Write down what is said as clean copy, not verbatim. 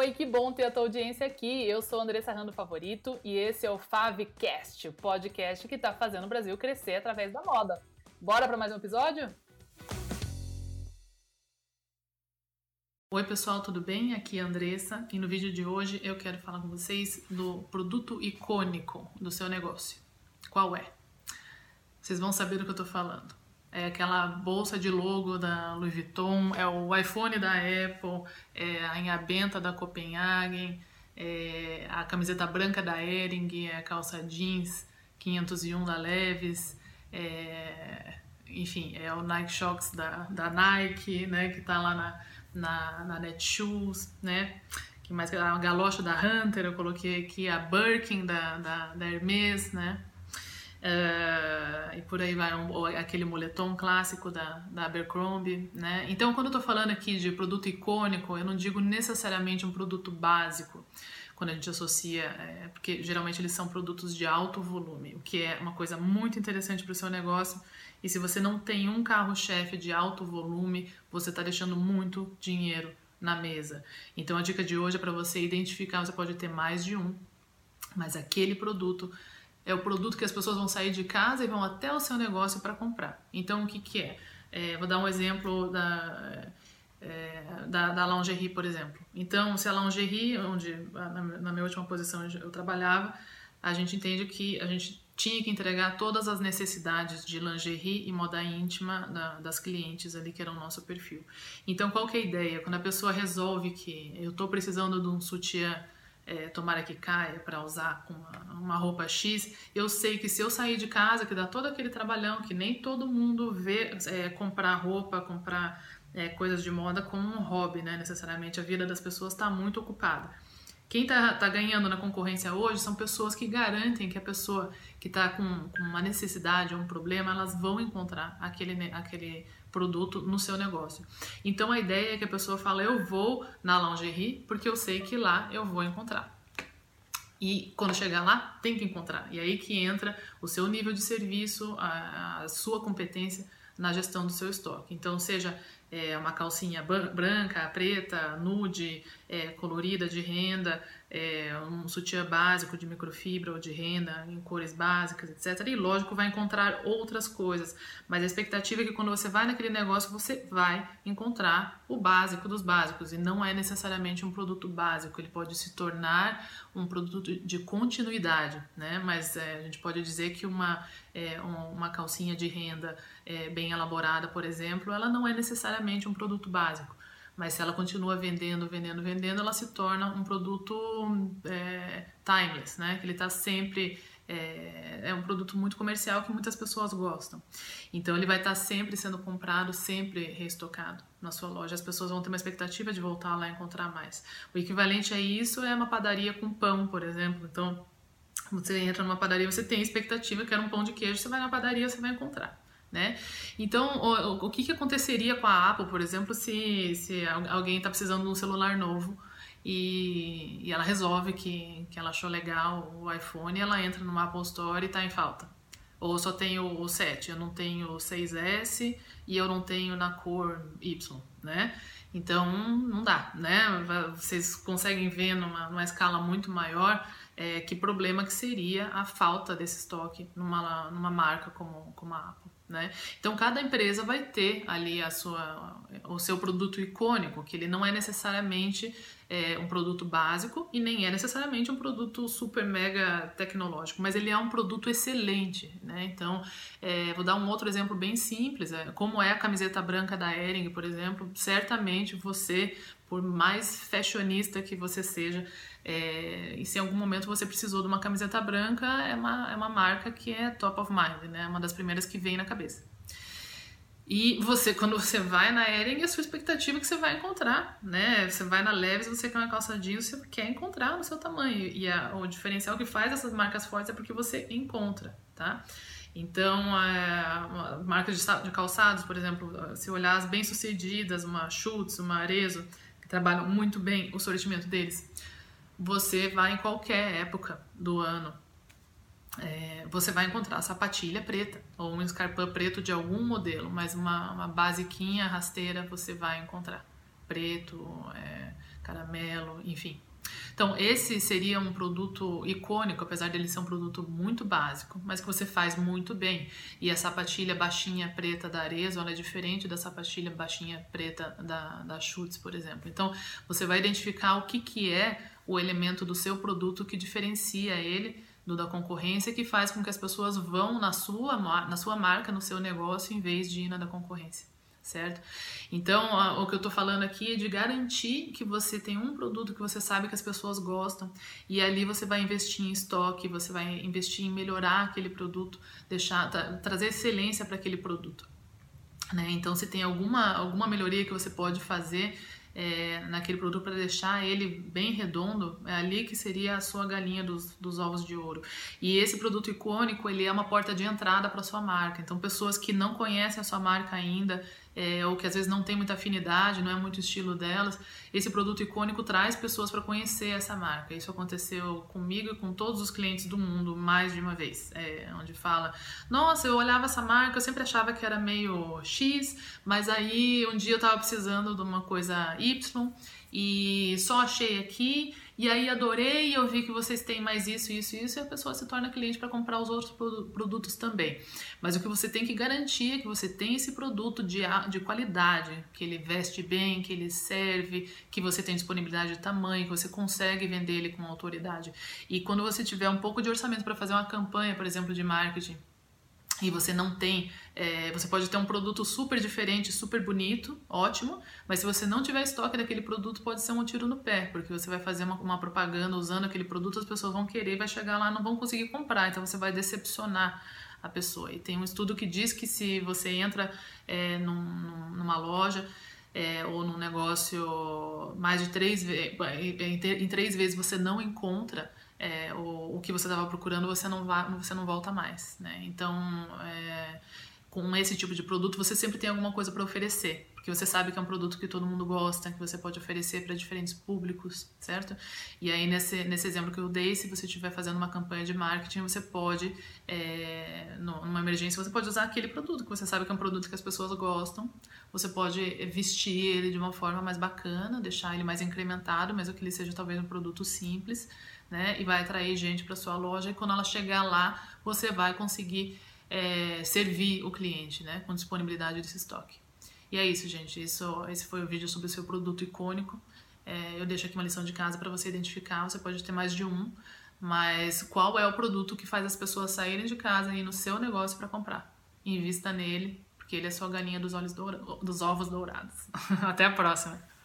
Oi, que bom ter a tua audiência aqui. Eu sou a Andressa Rando Favorito e esse é o Favcast, o podcast que tá fazendo o Brasil crescer através da moda. Bora para mais um episódio? Oi pessoal, tudo bem? Aqui é a Andressa e no vídeo de hoje eu quero falar com vocês do produto icônico do seu negócio. Qual é? Vocês vão saber do que eu tô falando. É aquela bolsa de logo da Louis Vuitton, é o iPhone da Apple, é a Inhabenta da Copenhagen, é a camiseta branca da Hering, é a calça jeans 501 da Levi's, enfim, é o Nike Shox da Nike, né, que tá lá na Netshoes, né? Que mais? A galocha da Hunter, eu coloquei aqui a Birkin da Hermès, né? E por aí vai aquele moletom clássico da Abercrombie, né? Então, quando eu tô falando aqui de produto icônico, eu não digo necessariamente um produto básico, quando a gente associa, porque geralmente eles são produtos de alto volume, o que é uma coisa muito interessante para o seu negócio. E se você não tem um carro-chefe de alto volume, você está deixando muito dinheiro na mesa. Então, a dica de hoje é para você identificar, você pode ter mais de um, mas aquele produto é o produto que as pessoas vão sair de casa e vão até o seu negócio para comprar. Então, o que é? Vou dar um exemplo da lingerie, por exemplo. Então, se a lingerie, onde na minha última posição eu trabalhava, a gente entende que a gente tinha que entregar todas as necessidades de lingerie e moda íntima das clientes ali, que era o nosso perfil. Então, qual que é a ideia? Quando a pessoa resolve que eu estou precisando de um sutiã, tomara que caia, para usar com uma roupa X, eu sei que se eu sair de casa, que dá todo aquele trabalhão, que nem todo mundo vê comprar roupa, comprar coisas de moda como um hobby, né? Necessariamente a vida das pessoas está muito ocupada. Quem tá ganhando na concorrência hoje são pessoas que garantem que a pessoa que está com uma necessidade ou um problema, elas vão encontrar aquele produto no seu negócio. Então a ideia é que a pessoa fala, eu vou na lingerie porque eu sei que lá eu vou encontrar. E quando chegar lá, tem que encontrar. E aí que entra o seu nível de serviço, a sua competência na gestão do seu estoque. Então, seja uma calcinha branca, preta, nude, colorida de renda, um sutiã básico de microfibra ou de renda em cores básicas, etc. E lógico, vai encontrar outras coisas, mas a expectativa é que quando você vai naquele negócio, você vai encontrar o básico dos básicos, e não é necessariamente um produto básico, ele pode se tornar um produto de continuidade, né? Mas a gente pode dizer que uma calcinha de renda bem elaborada, por exemplo, ela não é necessariamente um produto básico, mas se ela continua vendendo, ela se torna um produto timeless, né? Que ele está sempre... É um produto muito comercial que muitas pessoas gostam. Então ele vai estar sempre sendo comprado, sempre reestocado na sua loja. As pessoas vão ter uma expectativa de voltar lá e encontrar mais. O equivalente a isso é uma padaria com pão, por exemplo. Então você entra numa padaria, você tem a expectativa que era um pão de queijo, você vai na padaria, você vai encontrar, né? Então, o que aconteceria com a Apple, por exemplo, se alguém está precisando de um celular novo e ela resolve que ela achou legal o iPhone, ela entra no Apple Store e está em falta. Ou só tenho o 7, eu não tenho o 6S e eu não tenho na cor Y, né? Então, não dá, né? Vocês conseguem ver numa escala muito maior que problema que seria a falta desse estoque numa marca como a Apple, né? Então, cada empresa vai ter ali o seu produto icônico, que ele não é necessariamente um produto básico e nem é necessariamente um produto super mega tecnológico, mas ele é um produto excelente, né? Então, vou dar um outro exemplo bem simples, como é a camiseta branca da Hering, por exemplo. Certamente você, por mais fashionista que você seja, e se em algum momento você precisou de uma camiseta branca, é uma marca que é top of mind, né? Uma das primeiras que vem na cabeça. E quando você vai na Hering, a sua expectativa é que você vai encontrar, né? Você vai na Levi's, você quer uma calça jeans, você quer encontrar no seu tamanho. E o diferencial que faz essas marcas fortes é porque você encontra, tá? Então, marcas de calçados, por exemplo, se olhar as bem-sucedidas, uma Schutz, uma Arezzo, que trabalham muito bem o sortimento deles, você vai em qualquer época do ano, você vai encontrar sapatilha preta ou um escarpão preto de algum modelo, mas uma basiquinha rasteira você vai encontrar. preto, caramelo, enfim. Então, esse seria um produto icônico, apesar dele ser um produto muito básico, mas que você faz muito bem. E a sapatilha baixinha preta da Arezzo, ela é diferente da sapatilha baixinha preta da Schutz, por exemplo. Então, você vai identificar o que é o elemento do seu produto que diferencia ele do da concorrência, que faz com que as pessoas vão na sua marca, no seu negócio, em vez de ir na da concorrência. Certo? Então, o que eu tô falando aqui é de garantir que você tem um produto que você sabe que as pessoas gostam e ali você vai investir em estoque, você vai investir em melhorar aquele produto, trazer excelência para aquele produto, né? Então, se tem alguma melhoria que você pode fazer naquele produto para deixar ele bem redondo, é ali que seria a sua galinha dos ovos de ouro. E esse produto icônico, ele é uma porta de entrada para sua marca. Então, pessoas que não conhecem a sua marca ainda, ou que às vezes não tem muita afinidade, não é muito estilo delas, esse produto icônico traz pessoas para conhecer essa marca. Isso aconteceu comigo e com todos os clientes do mundo mais de uma vez, onde fala, nossa, eu olhava essa marca, eu sempre achava que era meio X, mas aí um dia eu estava precisando de uma coisa Y e só achei aqui, e aí adorei, eu vi que vocês têm mais isso, isso, isso, e a pessoa se torna cliente para comprar os outros produtos também. Mas o que você tem que garantir é que você tem esse produto de qualidade, que ele veste bem, que ele serve, que você tem disponibilidade de tamanho, que você consegue vender ele com autoridade. E quando você tiver um pouco de orçamento para fazer uma campanha, por exemplo, de marketing, e você não tem, você pode ter um produto super diferente, super bonito, ótimo, mas se você não tiver estoque daquele produto, pode ser um tiro no pé, porque você vai fazer uma propaganda usando aquele produto, as pessoas vão querer, vai chegar lá e não vão conseguir comprar, então você vai decepcionar a pessoa. E tem um estudo que diz que se você entra numa loja ou num negócio mais de 3 vezes, em 3 vezes você não encontra o que você estava procurando, você não volta mais, né? Então, com esse tipo de produto, você sempre tem alguma coisa para oferecer, porque você sabe que é um produto que todo mundo gosta, que você pode oferecer para diferentes públicos, certo? E aí, nesse exemplo que eu dei, se você estiver fazendo uma campanha de marketing, você pode, numa emergência, você pode usar aquele produto, que você sabe que é um produto que as pessoas gostam, você pode vestir ele de uma forma mais bacana, deixar ele mais incrementado, mesmo que ele seja talvez um produto simples, né? E vai atrair gente para sua loja, e quando ela chegar lá, você vai conseguir servir o cliente, né? Com disponibilidade desse estoque. E é isso, gente. Esse foi o vídeo sobre o seu produto icônico. Eu deixo aqui uma lição de casa para você identificar. Você pode ter mais de um, mas qual é o produto que faz as pessoas saírem de casa e ir no seu negócio para comprar? Invista nele, porque ele é a sua galinha dos ovos dourados. Até a próxima!